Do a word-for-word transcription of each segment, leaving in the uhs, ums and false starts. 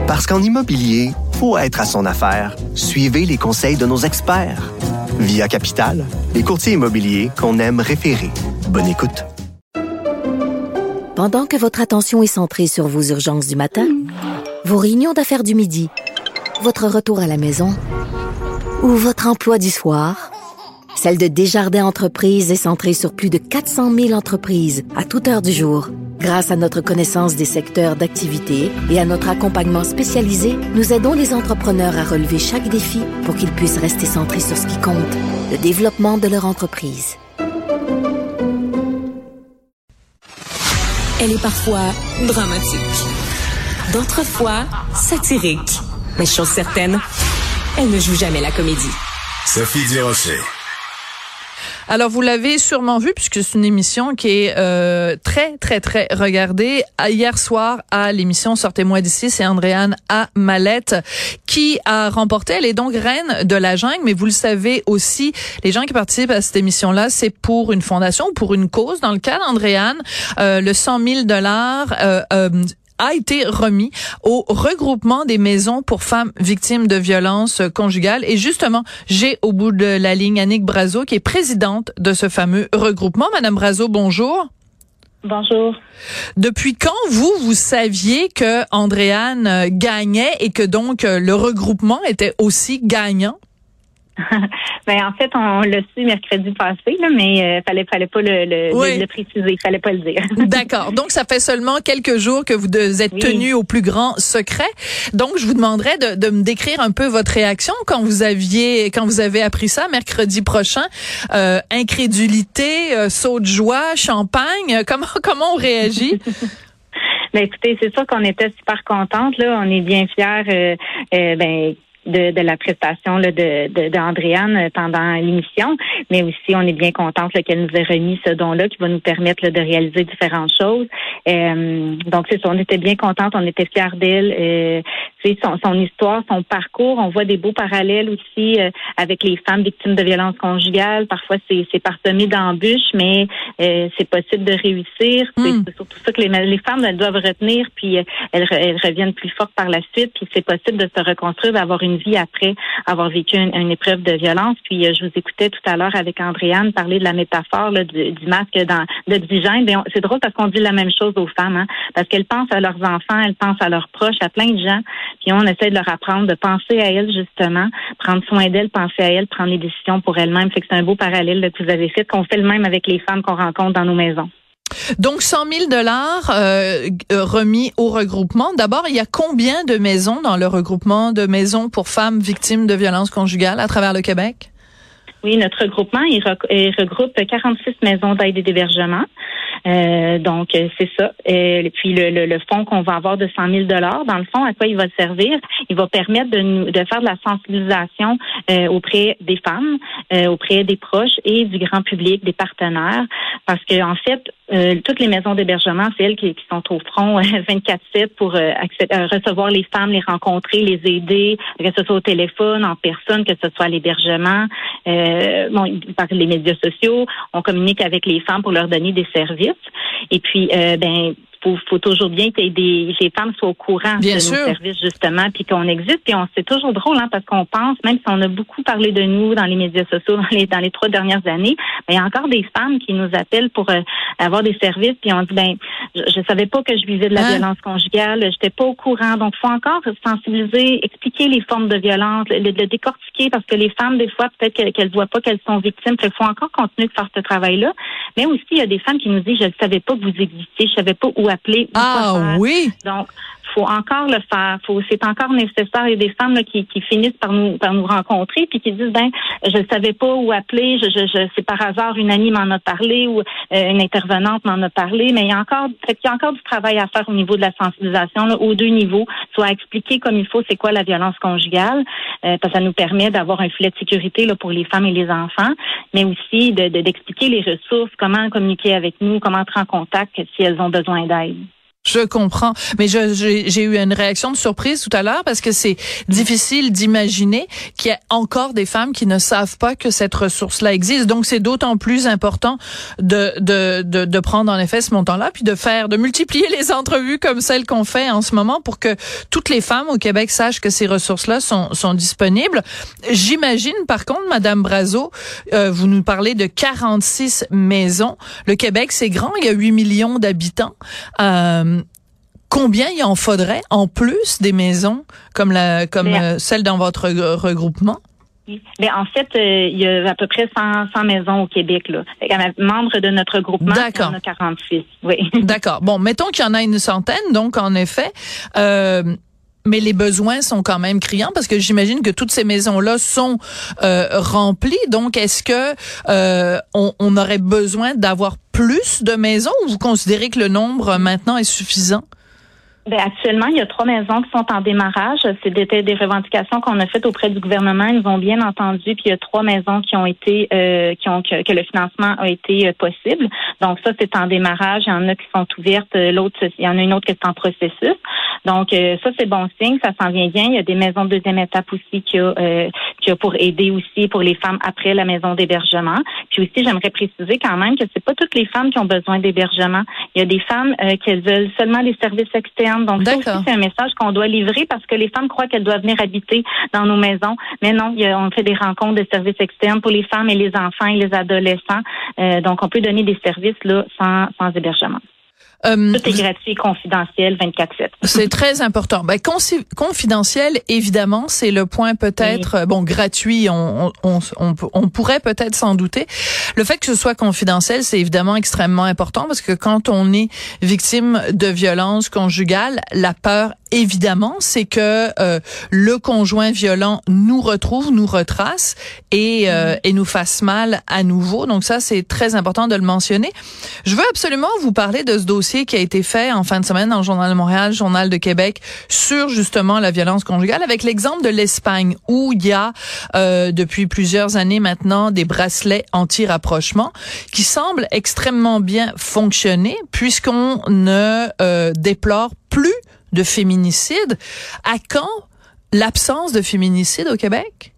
Parce qu'en immobilier, faut être à son affaire. Suivez les conseils de nos experts. Via Capital, les courtiers immobiliers qu'on aime référer. Bonne écoute. Pendant que votre attention est centrée sur vos urgences du matin, vos réunions d'affaires du midi, votre retour à la maison ou votre emploi du soir, celle de Desjardins Entreprises est centrée sur plus de quatre cent mille entreprises à toute heure du jour. Grâce à notre connaissance des secteurs d'activité et à notre accompagnement spécialisé, nous aidons les entrepreneurs à relever chaque défi pour qu'ils puissent rester centrés sur ce qui compte, le développement de leur entreprise. Elle est parfois dramatique, d'autres fois satirique. Mais chose certaine, elle ne joue jamais la comédie. Sophie Durocher. Alors, vous l'avez sûrement vu, puisque c'est une émission qui est euh, très, très, très regardée. Hier soir, à l'émission Sortez-moi d'ici, c'est Andréane à Mallette qui a remporté. Elle est donc reine de la jungle, mais vous le savez aussi, les gens qui participent à cette émission-là, c'est pour une fondation ou pour une cause. Dans le cas d'Andréane, euh, le cent mille dollars... Euh, euh, a été remis au regroupement des maisons pour femmes victimes de violences conjugales. Et justement, j'ai au bout de la ligne Annick Brazeau, qui est présidente de ce fameux regroupement. Madame Brazeau, bonjour. Bonjour. Depuis quand, vous, vous saviez que Andréane gagnait et que donc le regroupement était aussi gagnant? Ben en fait, on l'a su mercredi passé, là, mais euh, fallait fallait pas le, le, oui. le, le préciser, fallait pas le dire. D'accord. Donc ça fait seulement quelques jours que vous êtes oui. tenu au plus grand secret. Donc je vous demanderais de, de me décrire un peu votre réaction quand vous aviez quand vous avez appris ça mercredi prochain. Euh, incrédulité, euh, saut de joie, champagne. Comment comment on réagit? Ben écoutez, c'est sûr qu'on était super contente là. On est bien fiers. Euh, euh, ben De, de la prestation là, de, de, d'Andréane pendant l'émission, mais aussi on est bien contente là, qu'elle nous ait remis ce don-là qui va nous permettre là, de réaliser différentes choses. Euh, donc c'est ça, on était bien contente, on était fiers d'elle. Euh, c'est son, son histoire, son parcours, on voit des beaux parallèles aussi euh, avec les femmes victimes de violences conjugales. Parfois c'est, c'est parsemé d'embûches, mais euh, c'est possible de réussir. Mm. C'est, c'est surtout ça que les, les femmes elles doivent retenir, puis euh, elles, elles reviennent plus fortes par la suite, puis c'est possible de se reconstruire, d'avoir une vie après avoir vécu une, une épreuve de violence. Puis euh, je vous écoutais tout à l'heure avec Andréane parler de la métaphore là, du, du masque dans, de d'hygiène. Bien, c'est drôle parce qu'on dit la même chose aux femmes, hein, parce qu'elles pensent à leurs enfants, elles pensent à leurs proches, à plein de gens. Puis on essaie de leur apprendre de penser à elles justement, prendre soin d'elles, penser à elles, prendre les décisions pour elles-mêmes. Fait que c'est un beau parallèle là, que vous avez fait, qu'on fait le même avec les femmes qu'on rencontre dans nos maisons. Donc, cent mille dollars euh, remis au regroupement. D'abord, il y a combien de maisons dans le regroupement de maisons pour femmes victimes de violences conjugales à travers le Québec? Oui, notre regroupement, il, re- il regroupe quarante-six maisons d'aide et d'hébergement. Euh, donc, c'est ça. Et puis, le, le, le fonds qu'on va avoir de cent mille dollars, dans le fond, à quoi il va servir? Il va permettre de, nous, de faire de la sensibilisation euh, auprès des femmes, euh, auprès des proches et du grand public, des partenaires. Parce que en fait, euh, toutes les maisons d'hébergement, c'est elles qui, qui sont au front euh, vingt-quatre sept pour euh, accès, euh, recevoir les femmes, les rencontrer, les aider, que ce soit au téléphone, en personne, que ce soit à l'hébergement. Euh, bon, par les médias sociaux, on communique avec les femmes pour leur donner des services. Et puis, euh, ben, faut, faut toujours bien que des, les femmes soient au courant bien de sûr. nos services, justement, puis qu'on existe. Puis on, c'est toujours drôle, hein, parce qu'on pense, même si on a beaucoup parlé de nous dans les médias sociaux dans les, dans les trois dernières années, ben, il y a encore des femmes qui nous appellent pour euh, avoir des services, puis on dit, ben, je, je savais pas que je vivais de la hein? violence conjugale, j'étais pas au courant. Donc, faut encore sensibiliser, expliquer les formes de violence, le, le décortiquer, parce que les femmes, des fois, peut-être qu'elles, qu'elles voient pas qu'elles sont victimes. Fait qu'il faut encore continuer de faire ce travail-là. Mais aussi, il y a des femmes qui nous disent, je ne savais pas que vous existiez, je savais pas où appeler. Ah oui. Donc, faut encore le faire. Faut, c'est encore nécessaire. Il y a des femmes là, qui, qui finissent par nous, par nous rencontrer puis qui disent, ben, je ne savais pas où appeler. Je, je, je, c'est par hasard une amie m'en a parlé ou euh, une intervenante m'en a parlé. Mais il y a encore, fait qu'il y a encore du travail à faire au niveau de la sensibilisation, là, aux deux niveaux, soit expliquer comme il faut c'est quoi la violence conjugale, euh, parce que ça nous permet d'avoir un filet de sécurité là pour les femmes et les enfants, mais aussi de, de d'expliquer les ressources, comment communiquer avec nous, comment entrer en contact si elles ont besoin d'aide. Je comprends, mais je, j'ai, j'ai eu une réaction de surprise tout à l'heure parce que c'est difficile d'imaginer qu'il y a encore des femmes qui ne savent pas que cette ressource-là existe. Donc, c'est d'autant plus important de de de, de prendre en effet ce montant-là, puis de faire, de multiplier les entrevues comme celles qu'on fait en ce moment pour que toutes les femmes au Québec sachent que ces ressources-là sont sont disponibles. J'imagine, par contre, Madame Brazeau, euh, vous nous parlez de quarante-six maisons. Le Québec, c'est grand, il y a huit millions d'habitants. Euh, Combien il en faudrait en plus des maisons comme la comme euh, celle dans votre regroupement? Mais en fait, euh, il y a à peu près cent, cent maisons au Québec, là. Fait membres de notre regroupement, il y en a quarante-six. Oui. D'accord. Bon, mettons qu'il y en a une centaine, donc en effet. Euh, mais les besoins sont quand même criants parce que j'imagine que toutes ces maisons-là sont euh, remplies. Donc, est-ce que euh, on, on aurait besoin d'avoir plus de maisons ou vous considérez que le nombre maintenant est suffisant? Ben, actuellement, il y a trois maisons qui sont en démarrage. C'est des, des revendications qu'on a faites auprès du gouvernement. Ils nous ont bien entendu. Puis il y a trois maisons qui ont été, euh, qui ont que, que le financement a été euh, possible. Donc ça, c'est en démarrage. Il y en a qui sont ouvertes. L'autre, il y en a une autre qui est en processus. Donc euh, ça, c'est bon signe. Ça s'en vient bien. Il y a des maisons de deuxième étape aussi qui a, euh, qui a pour aider aussi pour les femmes après la maison d'hébergement. Puis aussi, j'aimerais préciser quand même que c'est pas toutes les femmes qui ont besoin d'hébergement. Il y a des femmes euh, qui veulent seulement des services externes. Donc, ça aussi, c'est un message qu'on doit livrer parce que les femmes croient qu'elles doivent venir habiter dans nos maisons. Mais non, il y a, on fait des rencontres de services externes pour les femmes et les enfants et les adolescents. Euh, donc, on peut donner des services là sans, sans hébergement. Euh, Tout est gratuit et confidentiel vingt-quatre sept. C'est très important. Ben, consi- confidentiel, évidemment, c'est le point peut-être, oui. Bon, gratuit, on, on, on, on pourrait peut-être s'en douter. Le fait que ce soit confidentiel, c'est évidemment extrêmement important parce que quand on est victime de violence conjugale, la peur, évidemment, c'est que euh, le conjoint violent nous retrouve, nous retrace et, euh, mmh. et nous fasse mal à nouveau. Donc ça, c'est très important de le mentionner. Je veux absolument vous parler de ce dossier qui a été fait en fin de semaine dans le Journal de Montréal, Journal de Québec, sur justement la violence conjugale, avec l'exemple de l'Espagne, où il y a euh, depuis plusieurs années maintenant des bracelets anti-rapprochement qui semblent extrêmement bien fonctionner puisqu'on ne euh, déplore plus de féminicide. À quand l'absence de féminicide au Québec?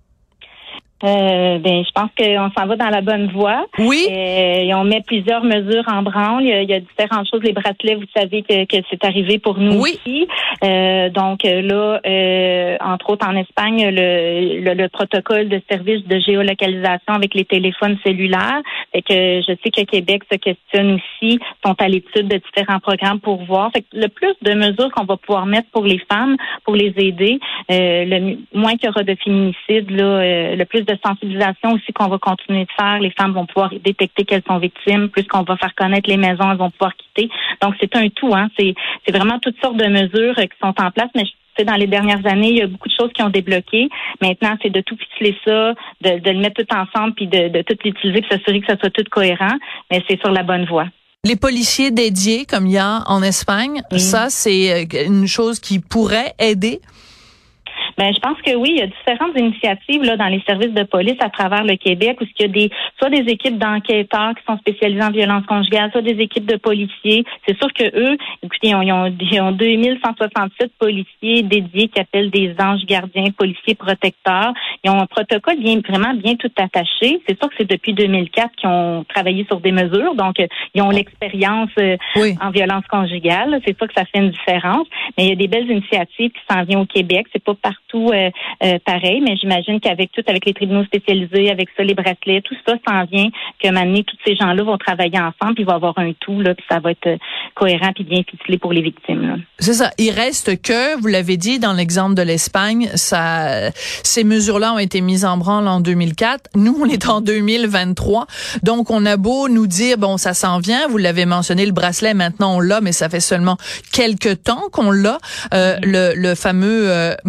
Euh, ben, je pense qu'on s'en va dans la bonne voie. Oui. Euh, et on met plusieurs mesures en branle. Il y a, il y a différentes choses. Les bracelets, vous savez que, que c'est arrivé pour nous oui. aussi. Euh, donc là, euh, entre autres en Espagne, le, le, le protocole de service de géolocalisation avec les téléphones cellulaires. Fait que je sais que Québec se questionne aussi, sont à l'étude de différents programmes pour voir. Fait que le plus de mesures qu'on va pouvoir mettre pour les femmes, pour les aider, euh, le moins qu'il y aura de féminicide, là, euh, le plus de sensibilisation aussi qu'on va continuer de faire. Les femmes vont pouvoir détecter qu'elles sont victimes. Plus qu'on va faire connaître les maisons, elles vont pouvoir quitter. Donc, c'est un tout. Hein. C'est, c'est vraiment toutes sortes de mesures qui sont en place. Mais je sais, dans les dernières années, il y a beaucoup de choses qui ont débloqué. Maintenant, c'est de tout ficeler ça, de, de le mettre tout ensemble puis de, de tout l'utiliser puis s'assurer que ça soit tout cohérent. Mais c'est sur la bonne voie. Les policiers dédiés, comme il y a en Espagne, oui. Ça, c'est une chose qui pourrait aider. Ben, je pense que oui, il y a différentes initiatives là dans les services de police à travers le Québec où il y a des soit des équipes d'enquêteurs qui sont spécialisées en violence conjugale, soit des équipes de policiers. C'est sûr que eux, écoutez, ils ont, ils ont, ils ont deux mille cent soixante-sept policiers dédiés qui appellent des anges gardiens, policiers protecteurs. Ils ont un protocole bien vraiment bien tout attaché. C'est sûr que c'est depuis deux mille quatre qu'ils ont travaillé sur des mesures, donc ils ont l'expérience euh, oui. en violence conjugale. C'est sûr que ça fait une différence. Mais il y a des belles initiatives qui s'en viennent au Québec. C'est pas partout tout euh, euh, pareil, mais j'imagine qu'avec tout, avec les tribunaux spécialisés, avec ça, les bracelets, tout ça s'en vient, que maintenant, tous ces gens-là vont travailler ensemble, puis il va y avoir un tout, là, puis ça va être cohérent puis bien ficelé pour les victimes. Là. C'est ça. Il reste que, vous l'avez dit, dans l'exemple de l'Espagne, ça, ces mesures-là ont été mises en branle en deux mille quatre. Nous, on est en deux mille vingt-trois. Donc, on a beau nous dire, bon, ça s'en vient. Vous l'avez mentionné, le bracelet, maintenant, on l'a, mais ça fait seulement quelques temps qu'on l'a. Euh, mm-hmm. le, le fameux euh, bracelet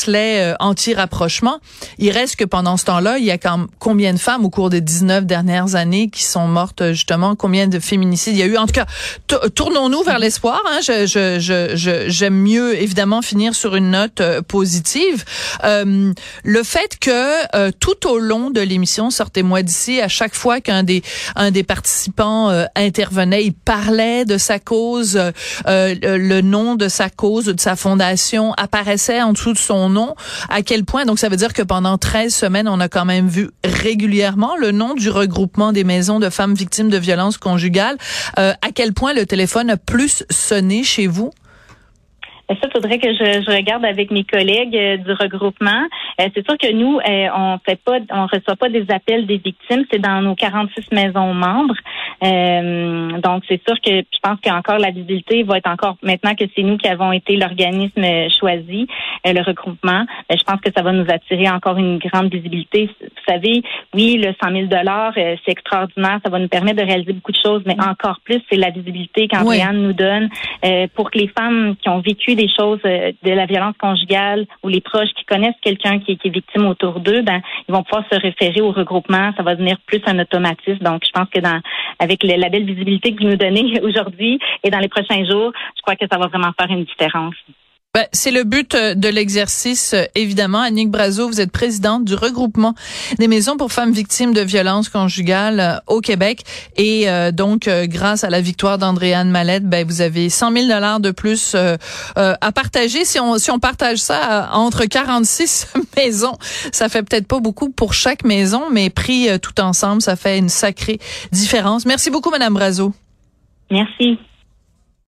bracelet euh, anti-rapprochement. Il reste que pendant ce temps-là, il y a quand combien de femmes au cours des dix-neuf dernières années qui sont mortes, justement, combien de féminicides il y a eu. En tout cas, t- tournons-nous vers l'espoir. Hein. Je, je, je, je, j'aime mieux, évidemment, finir sur une note euh, positive. Euh, le fait que euh, tout au long de l'émission Sortez-moi d'ici, à chaque fois qu'un des un des participants euh, intervenait, il parlait de sa cause, euh, le, le nom de sa cause, de sa fondation apparaissait en dessous de son nom. À quel point, donc ça veut dire que pendant treize semaines, on a quand même vu régulièrement le nom du regroupement des maisons de femmes victimes de violences conjugales. Euh, à quel point le téléphone a plus sonné chez vous? Ça, il faudrait que je, je regarde avec mes collègues euh, du regroupement. Euh, c'est sûr que nous, euh, on fait pas, on reçoit pas des appels des victimes. C'est dans nos quarante-six maisons membres. Euh, donc, c'est sûr que je pense qu'encore la visibilité va être encore, maintenant que c'est nous qui avons été l'organisme choisi, euh, le regroupement, euh, je pense que ça va nous attirer encore une grande visibilité. Vous savez, oui, le cent mille dollars, euh, c'est extraordinaire. Ça va nous permettre de réaliser beaucoup de choses, mais encore plus, c'est la visibilité qu'Andréane oui. nous donne euh, pour que les femmes qui ont vécu des choses euh, de la violence conjugale ou les proches qui connaissent quelqu'un qui, qui est victime autour d'eux, ben ils vont pouvoir se référer au regroupement. Ça va devenir plus un automatisme. Donc, je pense que dans avec le, la belle visibilité que vous nous donnez aujourd'hui et dans les prochains jours, je crois que ça va vraiment faire une différence. Ben, c'est le but de l'exercice, évidemment. Annick Brazeau, vous êtes présidente du regroupement des maisons pour femmes victimes de violences conjugales au Québec. Et euh, donc, euh, grâce à la victoire d'Andréane Mallette, ben, vous avez cent mille dollars de plus euh, euh, à partager. Si on, si on partage ça entre quarante-six maisons, ça fait peut-être pas beaucoup pour chaque maison, mais pris euh, tout ensemble, ça fait une sacrée différence. Merci beaucoup, Madame Brazeau. Merci.